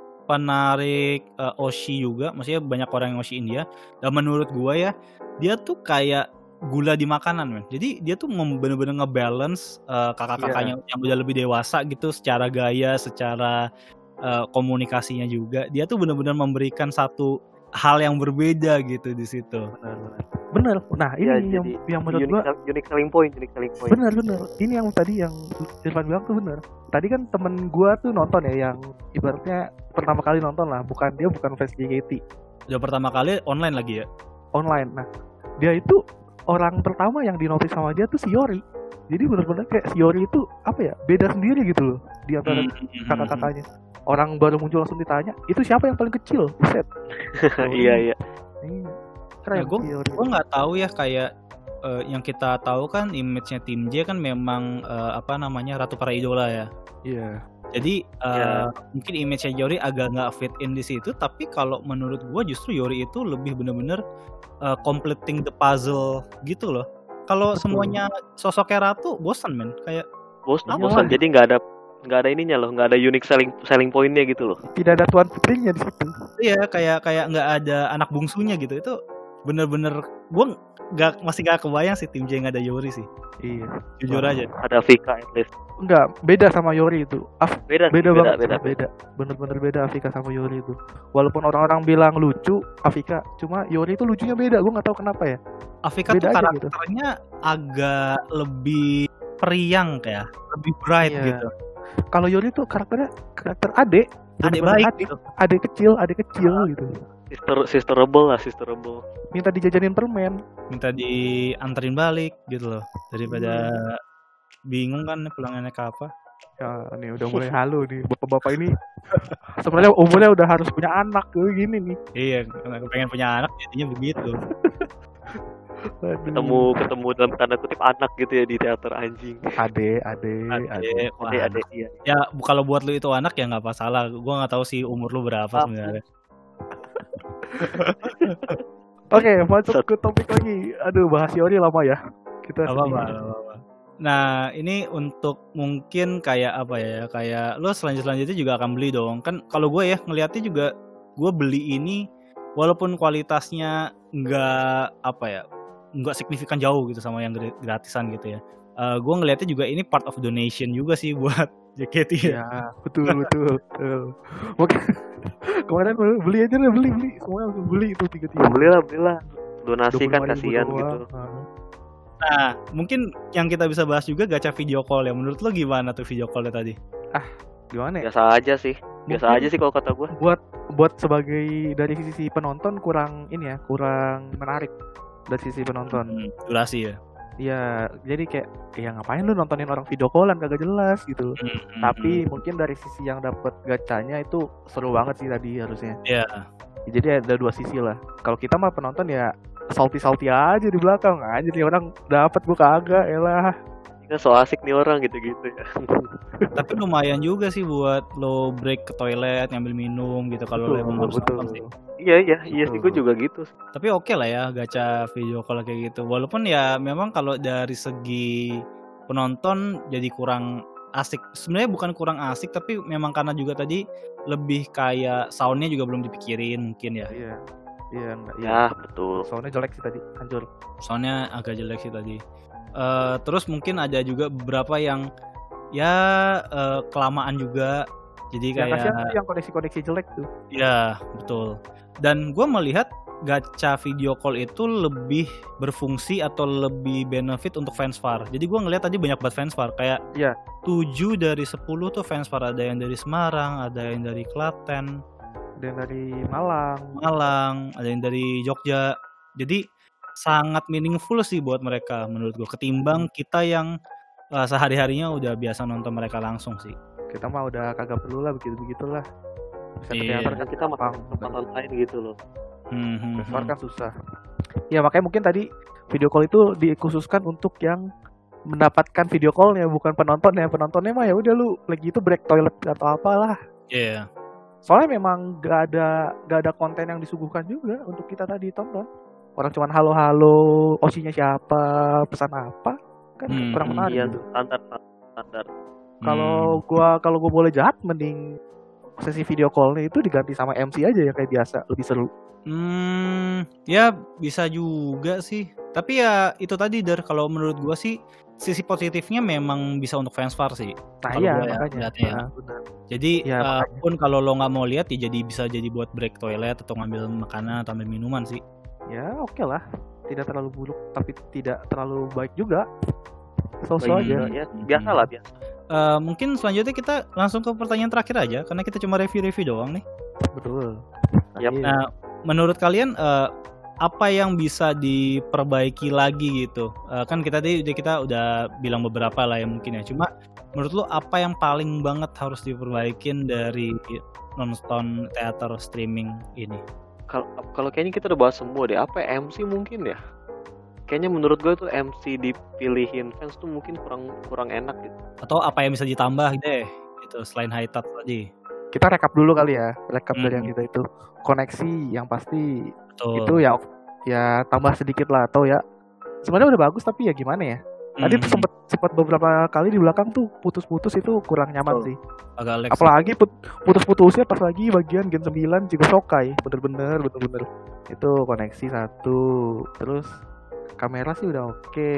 penarik uh, Oshi juga, maksudnya banyak orang yang Oshiin dia. Dan menurut gua ya, dia tuh kayak gula di makanan, men. Jadi dia tuh mem- bener-bener ngebalance uh, kakak-kakaknya yang udah lebih dewasa gitu secara gaya, secara uh, komunikasinya juga. Dia tuh bener-bener memberikan satu hal yang berbeda gitu di situ. Benar-benar. Bener. Nah ini Ya, yang jadi yang menurut unique, gua unique selling point, unique selling point. bener bener. Ini yang tadi yang Irfan bilang tuh bener. Tadi kan temen gua tuh nonton ya yang ibaratnya pertama kali nonton lah. Bukan dia bukan fans J K T Udah pertama kali online lagi ya. online. Nah dia itu orang pertama yang dinotis sama dia tuh si Yori. Jadi bener-bener kayak si Yori itu apa ya beda sendiri gitu loh di antara Hmm. kakak-kakaknya. Orang baru muncul langsung ditanya itu siapa yang paling kecil. Buset. Iya iya. Ini Nah, keren gue si Yori. gue nggak tahu ya kayak eh, yang kita tahu kan image-nya tim J kan memang eh, apa namanya ratu para idola ya. Iya. Jadi eh, Ya. mungkin image-nya Yori agak nggak fit in di situ, tapi kalau menurut gue justru Yori itu lebih bener-bener eh, completing the puzzle gitu loh. Kalau Betul. semuanya sosoknya ratu bosan men, kayak Bos, Iyalah. bosan. Jadi nggak ada nggak ada ininya loh, nggak ada unique selling selling pointnya gitu loh. Tidak ada tuan putrinya di situ. iya kayak kayak nggak ada anak bungsunya gitu. Itu bener-bener gue nggak masih nggak kebayang sih tim J nggak ada Yori sih, Iya. jujur Wah. aja. Ada Vika at least. Enggak, beda sama Yori itu. Af, Beda, sih, beda, beda, banget, beda, beda, Bener-bener beda Afika sama Yori itu. Walaupun orang-orang bilang lucu, Afika, cuma Yori itu lucunya beda. Gue nggak tahu kenapa ya. Afika Beda tuh aja karakternya agak lebih periang kayak, lebih bright Iya. gitu. Kalau Yori tuh karakternya karakter adek, Adik bener-bener baik adik, gitu. adek kecil, adek kecil gitu. Sister sisterable lah, sisterable. Minta dijajanin permen. Minta dianterin balik gitu loh. Daripada Hmm. bingung kan pulangnya naik apa. Ya, ini udah mulai halu nih. Bapak-bapak ini sebenarnya umurnya udah harus punya anak kayak gini nih. Iya, karena pengen punya anak jadinya begitu. Aduh. Ketemu ketemu dalam tanda kutip anak gitu ya di teater anjing. Ade, ade, ade. Adek, wah, Adek adek iya. ya bu- kalau buat lu itu anak ya nggak masalah. Gua nggak tahu sih umur lu berapa Apa? sebenarnya. Oke, masuk ke topik lagi. Aduh, bahas Yori lama ya. Kita Gak sedih. apa-apa, gak apa-apa. Nah, ini untuk mungkin kayak apa ya? Kayak lo selanjut-selanjutnya juga akan beli dong. Kan kalau gue ya ngelihatnya juga gue beli ini walaupun kualitasnya nggak apa ya, nggak signifikan jauh gitu sama yang gra- gratisan gitu ya. Eh gue ngelihatnya juga ini part of donation juga sih buat J K T ya. Ya, betul, betul, betul. Mungkin kemarin beli aja lah, beli, beli. Semuanya langsung beli itu tiga-tiga. Belilah belilah. Donasi kan kasihan gitu. Nah, mungkin yang kita bisa bahas juga gacha video call ya. Menurut lo gimana tuh video call-nya tadi? Ah, gimana ya? Biasa aja sih. Biasa Mungkin aja sih kalau kata gue. buat buat sebagai dari sisi penonton kurang ini ya, kurang menarik dari sisi penonton. Hmm, durasi ya. Ya, jadi kayak ya ngapain lu nontonin orang video callan kagak jelas gitu. Hmm, hmm, Tapi hmm. mungkin dari sisi yang dapat gacanya itu seru banget sih tadi harusnya. Iya. Jadi ada dua sisi lah. Kalau kita mah penonton ya salty-salty aja di belakang aja nih orang dapat gua kagak, elah. Kan so asik nih orang gitu-gitu ya. Tapi lumayan juga sih buat lo break ke toilet, ngambil minum gitu kalau lo emang harus nonton sih. Iya iya iya sih gue Betul. juga gitu. Tapi oke lah ya gacha video call kayak gitu. Walaupun ya memang kalau dari segi penonton jadi kurang asik. Sebenarnya bukan kurang asik tapi memang karena juga tadi lebih kayak soundnya juga belum dipikirin mungkin ya. Iya. Iya, enggak. Iya. Ya betul. Soalnya jelek sih tadi, hancur. Soundnya agak jelek sih tadi. Uh, terus mungkin ada juga beberapa yang ya uh, kelamaan juga. Jadi Yang kayak kasihan tuh yang koneksi-koneksi jelek tuh. ya betul. Dan gue melihat gacha video call itu lebih berfungsi atau lebih benefit untuk fansvar. Jadi gue ngelihat tadi banyak banget fansvar. Kayak Iya. tujuh dari sepuluh tuh fansvar. Ada yang dari Semarang, ada yang dari Klaten, Ada yang dari Malang. Malang, ada yang dari Jogja. Jadi sangat meaningful sih buat mereka menurut gue. Ketimbang kita yang uh, sehari-harinya udah biasa nonton mereka langsung sih. Kita mah udah kagak perlu lah begitu-begitulah. Bisa ke Iya. teater Kan kan kita makan gampang. tempat lain gitu loh. Hmm, hmm, Festival hmm. kan susah. Ya makanya mungkin tadi video call itu dikhususkan untuk yang mendapatkan video callnya, bukan penontonnya. Penontonnya mah ya udah lu lagi itu break toilet atau apalah. Iya. Soalnya memang gak ada gak ada konten yang disuguhkan juga untuk kita tadi tonton. Orang cuman halo-halo, osinya siapa, pesan apa, kan Hmm, kurang hmm, menarik Iya gitu. standar standar. Kalau gua kalau gua boleh jahat, mending sesi video callnya itu diganti sama M C aja ya kayak biasa, lebih seru. Hmm, ya bisa juga sih. Tapi ya itu tadi Dar, kalau menurut gua sih sisi positifnya memang bisa untuk fansvar sih. Nah Kalau iya gua ya makanya. ngeliatnya ya. Nah, benar. Jadi Ya, uh, makanya. pun kalau lo nggak mau lihat ya jadi bisa jadi buat break toilet atau ngambil makanan atau ambil minuman sih. Ya oke lah, tidak terlalu buruk tapi tidak terlalu baik juga. So-so Hmm, aja. Ya biasa lah biasa. Uh, mungkin selanjutnya kita langsung ke pertanyaan terakhir aja karena kita cuma review-review doang nih. Betul. Yap. Iya. Nah, menurut kalian uh, apa yang bisa diperbaiki lagi gitu? Uh, kan kita tadi kita udah bilang beberapa lah ya mungkin ya. Cuma menurut lu apa yang paling banget harus diperbaikin dari nonton teater streaming ini? Kalau kalau kayaknya kita udah bahas semua deh. Apa M C mungkin ya? Kayaknya menurut gue tuh M C dipilihin fans tuh mungkin kurang kurang enak gitu. Atau apa yang bisa ditambah deh gitu selain high touch tadi? Kita rekap dulu kali ya, rekap Hmm. dari yang kita itu. Koneksi yang pasti Betul. itu ya ya tambah sedikit lah atau ya sebenarnya udah bagus tapi ya gimana ya? Tadi Hmm, tuh sempet sempet beberapa kali di belakang tuh putus-putus itu kurang nyaman Betul. sih. agak lag. Apalagi put- putus-putusnya pas lagi bagian Gen sembilan Cigosokai, bener-bener bener-bener. Itu koneksi satu. Terus kamera sih udah oke.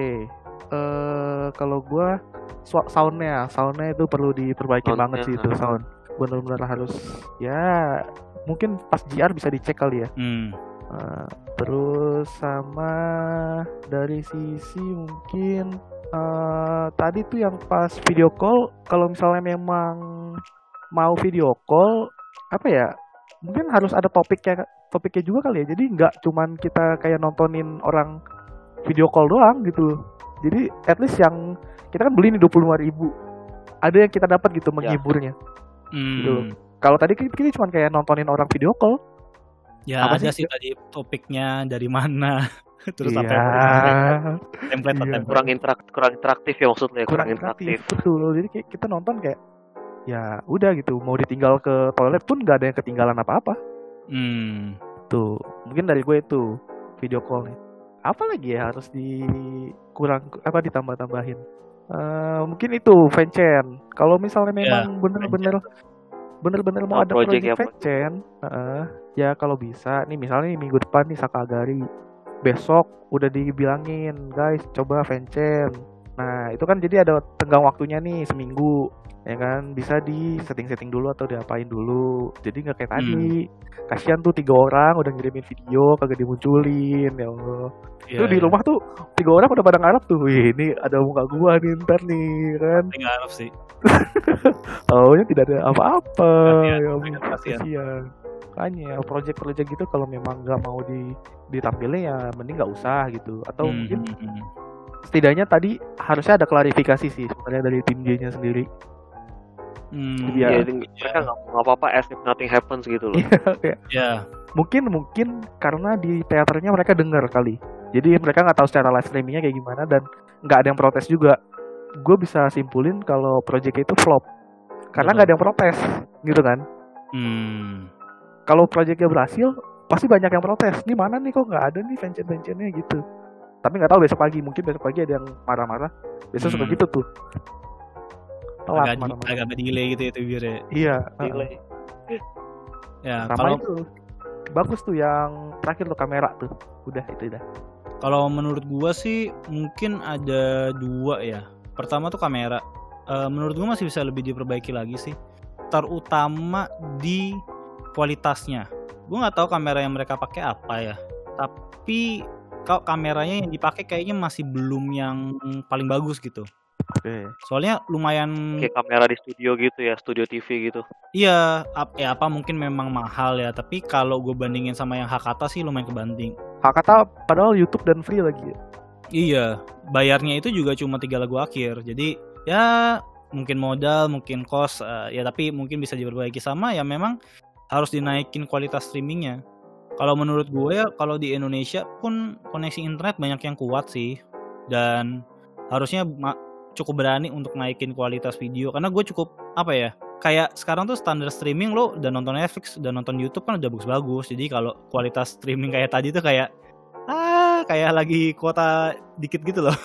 Eh kalau gua su- soundnya, soundnya itu perlu diperbaiki Soundnya, banget sih itu sound. Bener-bener harus ya mungkin pas G R bisa dicek kali ya. Hmm. Uh, terus sama dari sisi mungkin uh, tadi tuh yang pas video call kalau misalnya memang mau video call apa ya mungkin harus ada topiknya topiknya juga kali ya jadi nggak cuman kita kayak nontonin orang video call doang gitu jadi at least yang kita kan beli nih dua puluh lima ribu ada yang kita dapat gitu menghiburnya Hmm. gitu loh. Kalau tadi kita, kita cuma kayak nontonin orang video call Ya Apa ada sih? sih tadi topiknya dari mana, terus iya. apa yang template Iya. template. Kurang interak kurang interaktif ya maksudnya kurang, kurang interaktif betul jadi kayak kita nonton kayak ya udah gitu mau ditinggal ke toilet pun nggak ada yang ketinggalan apa-apa Hmm. tuh mungkin dari gue itu video callnya apa lagi ya harus di kurang apa ditambah-tambahin Eh, mungkin itu fanchan kalau misalnya memang bener-bener bener-bener mau Oh, ada project project ya, fanchan heeh, ya kalau bisa nih misalnya nih, minggu depan nih Sakagari besok udah dibilangin guys coba fanchan Nah itu kan jadi ada tenggang waktunya nih seminggu, ya kan, bisa di setting-setting dulu atau diapain dulu. Jadi nggak kayak Hmm. tadi, kasihan tuh tiga orang udah ngirimin video kagak dimunculin, ya Allah. Iya, Itu di iya. rumah tuh tiga orang udah pada ngarep tuh, wih ini ada muka gua nih ntar nih kan. Tapi nggak harap sih. Taunya tidak ada apa-apa. Kasihan, Ya mereka ampun, kasihan. kasihan. Makanya project-project gitu kalau memang nggak mau di ditampilin ya mending nggak usah gitu. Atau Hmm, mungkin hmm, hmm. setidaknya tadi harusnya ada klarifikasi sih sebenarnya dari tim J-nya sendiri. Hmm, Iya. Ya, mereka nggak mau apa-apa as if nothing happens gitu loh. Kayak ya. mungkin mungkin karena di teaternya mereka dengar kali. Jadi mereka nggak tahu secara live streamingnya kayak gimana dan nggak ada yang protes juga. Gue bisa simpulin kalau project itu flop karena Betul. nggak ada yang protes, gitu kan? Hmm. Kalau projectnya berhasil, pasti banyak yang protes. Nih mana nih kok nggak ada nih fancen-fancennya gitu. Tapi nggak tahu besok pagi, mungkin besok pagi ada yang marah-marah. Besok suka Hmm. gitu tuh. Telat Agak, di, marah-marah. agak delay gitu ya biar ya. Iya. Delay. Ya, Sama kalau itu bagus tuh yang terakhir tuh kamera tuh. Udah itu dah. kalau menurut gua sih mungkin ada dua ya. Pertama tuh kamera. Eh, menurut gua masih bisa lebih diperbaiki lagi sih. Terutama di kualitasnya. Gua nggak tahu kamera yang mereka pakai apa ya. Tapi kalau kameranya yang dipakai kayaknya masih belum yang paling bagus gitu. Oke. Soalnya lumayan Kayak kamera di studio gitu ya, studio T V gitu. iya, ap- ya apa mungkin memang mahal ya, tapi kalau gue bandingin sama yang Hakata sih lumayan kebanting. Hak kata padahal YouTube dan free lagi ya. Iya, bayarnya itu juga cuma tiga lagu akhir. Jadi ya mungkin modal, mungkin cost, eh, ya tapi mungkin bisa diperbaiki sama ya memang harus dinaikin kualitas streamingnya. Kalau menurut gue ya kalau di Indonesia pun koneksi internet banyak yang kuat sih dan harusnya ma- cukup berani untuk naikin kualitas video karena gue cukup apa ya kayak sekarang tuh standar streaming lo udah nonton Netflix udah nonton YouTube kan udah bagus-bagus jadi kalau kualitas streaming kayak tadi tuh kayak ah kayak lagi kuota dikit gitu loh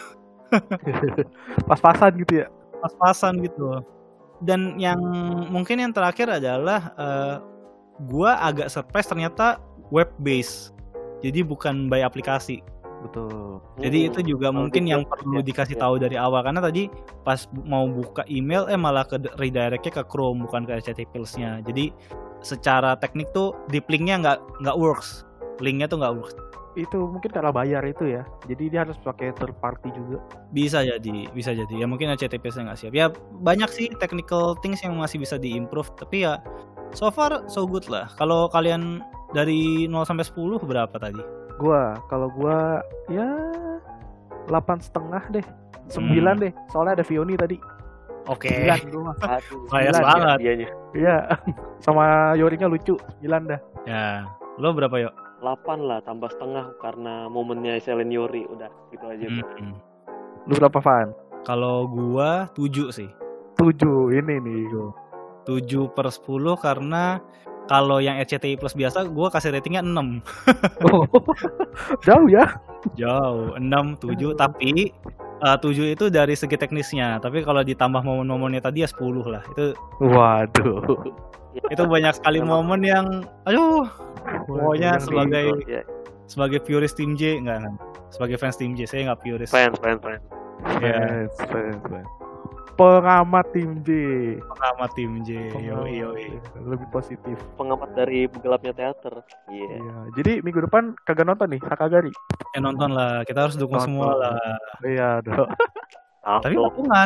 Pas-pasan gitu ya. pas-pasan gitu dan yang mungkin yang terakhir adalah uh, gue agak surprise ternyata web based jadi bukan by aplikasi. Betul. Jadi Hmm, itu juga kalau mungkin di yang web, perlu ya, dikasih ya. tahu dari awal karena tadi pas bu- mau buka email eh malah ke redirect-nya ke Chrome bukan ke H T T P S-nya. Jadi secara teknik tuh deep link-nya nggak nggak works. Link-nya tuh nggak works. Itu mungkin karena bayar itu ya. Jadi dia harus pakai third party juga. Bisa jadi, bisa jadi. Ya mungkin H T T P S-nya nggak siap. Ya banyak sih technical things yang masih bisa di-improve tapi ya so far so good lah. Kalau kalian dari nol sampai sepuluh berapa tadi? Gua kalau gua ya delapan setengah deh, sembilan Hmm. deh. Soalnya ada Vioni tadi. Oke. Sembilan gua mah. Aduh, Bias gila banget. dianya. Iya. Sama Yorinya lucu. Sembilan dah. Ya, lo berapa yuk? delapan lah tambah setengah karena momennya Selen Yori udah gitu aja. Hmm. Lu berapa Van? Kalau gua tujuh sih. Tujuh ini nih. tujuh per sepuluh karena kalau yang R C T I Plus biasa gue kasih ratingnya enam. Oh, jauh ya. Jauh, enam, tujuh tapi uh, tujuh itu dari segi teknisnya. Tapi kalau ditambah momen-momennya tadi ya sepuluh lah. Itu Waduh. itu banyak sekali Memang. momen yang aduh, pokoknya Yang di- sebagai Ya, sebagai purist tim J enggak enggak. Sebagai fans tim J saya enggak purist. fans, fans, fans. Ya, Fans, fans, fans. Pengamat tim J. pengamat tim J. Yo yo. Lebih positif. Pengamat dari gelapnya teater. Iya. Iya. Jadi minggu depan kagak nonton nih Hakagari. Ya nonton lah, kita harus dukung Nonton. semua lah. Iya dong. Tapi Aldo. dukungan.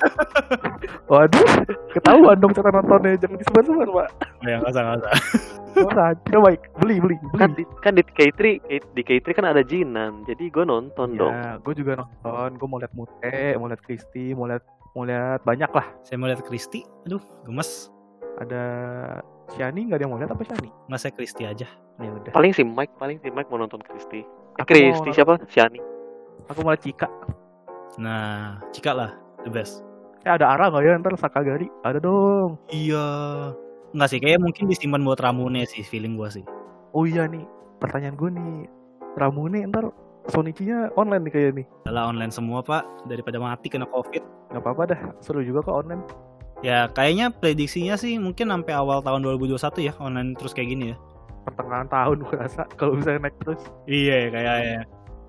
Waduh, ketahuan dong cara nontonnya, jangan disebar-sebar pak. Ya nggak usah nggak usah. Nah, coba beli beli beli. Kan di, kan di K tiga di K tiga kan ada Jinan. Jadi gue nonton dong. Ya, gue juga nonton. Gue mau lihat Mute, mau lihat Kristi, mau lihat mau lihat banyak lah. Saya mau lihat Kristi. Aduh, gemes. Ada Shani, nggak ada yang mau lihat apa Shani? Nggak saya Kristi aja. Ya udah. Paling si Mike, paling si Mike mau nonton Kristi. Eh, Aku Kristi mau- siapa? Shani. Aku mau lihat Cika. Nah, Cika lah, the best. Eh ada Ara nggak ya ntar Sakagari? Ada dong. Iya. Nggak sih, kayak mungkin disimpan buat Ramune sih, feeling gua sih. Oh iya nih, pertanyaan gue nih. Ramune ntar Sonichi-nya online nih kayak nih. Adalah online semua pak, daripada mati kena covid. Nggak apa-apa dah, seru juga kok online. Ya kayaknya prediksinya sih mungkin sampai awal tahun dua ribu dua puluh satu ya online terus kayak gini ya. Pertengahan tahun gue rasa kalau misalnya naik terus. Iya kayaknya.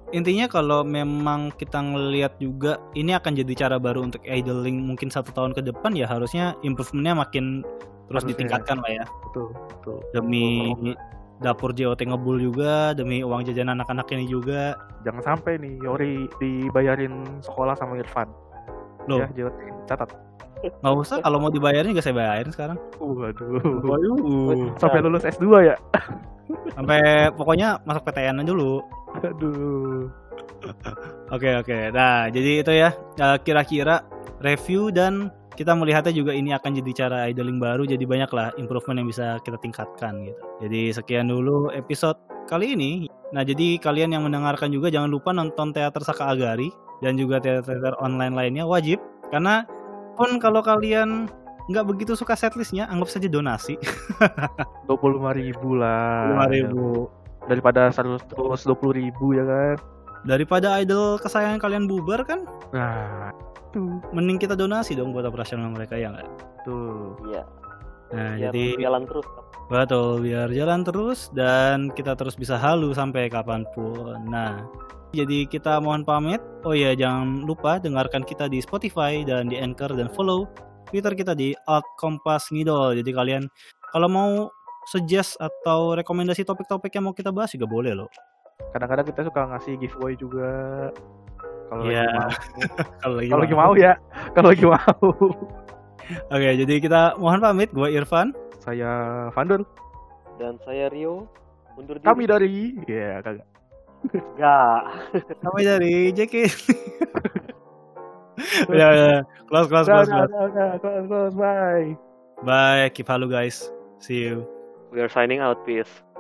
intinya kalau memang kita ngelihat juga ini akan jadi cara baru untuk idling mungkin satu tahun ke depan, ya harusnya improvementnya makin terus Harusnya. ditingkatkan lah ya. Betul, betul. Demi dapur J O T ngebul juga, demi uang jajan anak-anak ini juga. Jangan sampai nih Yori dibayarin sekolah sama Irfan. Loh, Ya, J O T catat. nggak usah, kalau mau dibayarin juga saya bayarin sekarang. Waduh. Waduh. Sampai lulus S dua ya? Sampai pokoknya masuk P T N dulu. Aduh. Oke oke. Nah, jadi itu ya eh, kira-kira review, dan kita melihatnya juga ini akan jadi cara idling baru, jadi banyak lah improvement yang bisa kita tingkatkan gitu. Jadi sekian dulu episode kali ini. Nah, jadi kalian yang mendengarkan juga jangan lupa nonton Teater Saka Agari dan juga teater-teater online lainnya, wajib, karena pun kalau kalian nggak begitu suka setlistnya, anggap saja donasi. dua puluh lima ribu lah. lima ribu. Daripada seratus dua puluh ribu ya kan. Daripada idol kesayangan kalian bubar kan, Nah, tuh. mending kita donasi dong buat operasional mereka, ya nggak? Tuh. Iya. Nah, Biar jadi jalan terus. betul, biar jalan terus dan kita terus bisa halu sampai kapanpun. Nah, jadi kita mohon pamit. Oh iya, jangan lupa dengarkan kita di Spotify dan di Anchor, dan follow Twitter kita di at kompas ngidol. Jadi kalian kalau mau suggest atau rekomendasi topik-topik yang mau kita bahas juga boleh loh. Kadang-kadang kita suka ngasih giveaway juga. Kalau Iya. lagi mau. Kalau lagi, Kalau lagi mau ya. Kalau lagi mau. Oke, jadi kita mohon pamit. Gue Irfan. Saya Vandul. Dan saya Rio. Undur diri. Kami dari ya kagak. Enggak. Kami dari J K. Ya, ya. Close, close, close, close. Udah, udah, close, close, bye. Bye. Keep halu guys. See you. We are signing out. Peace.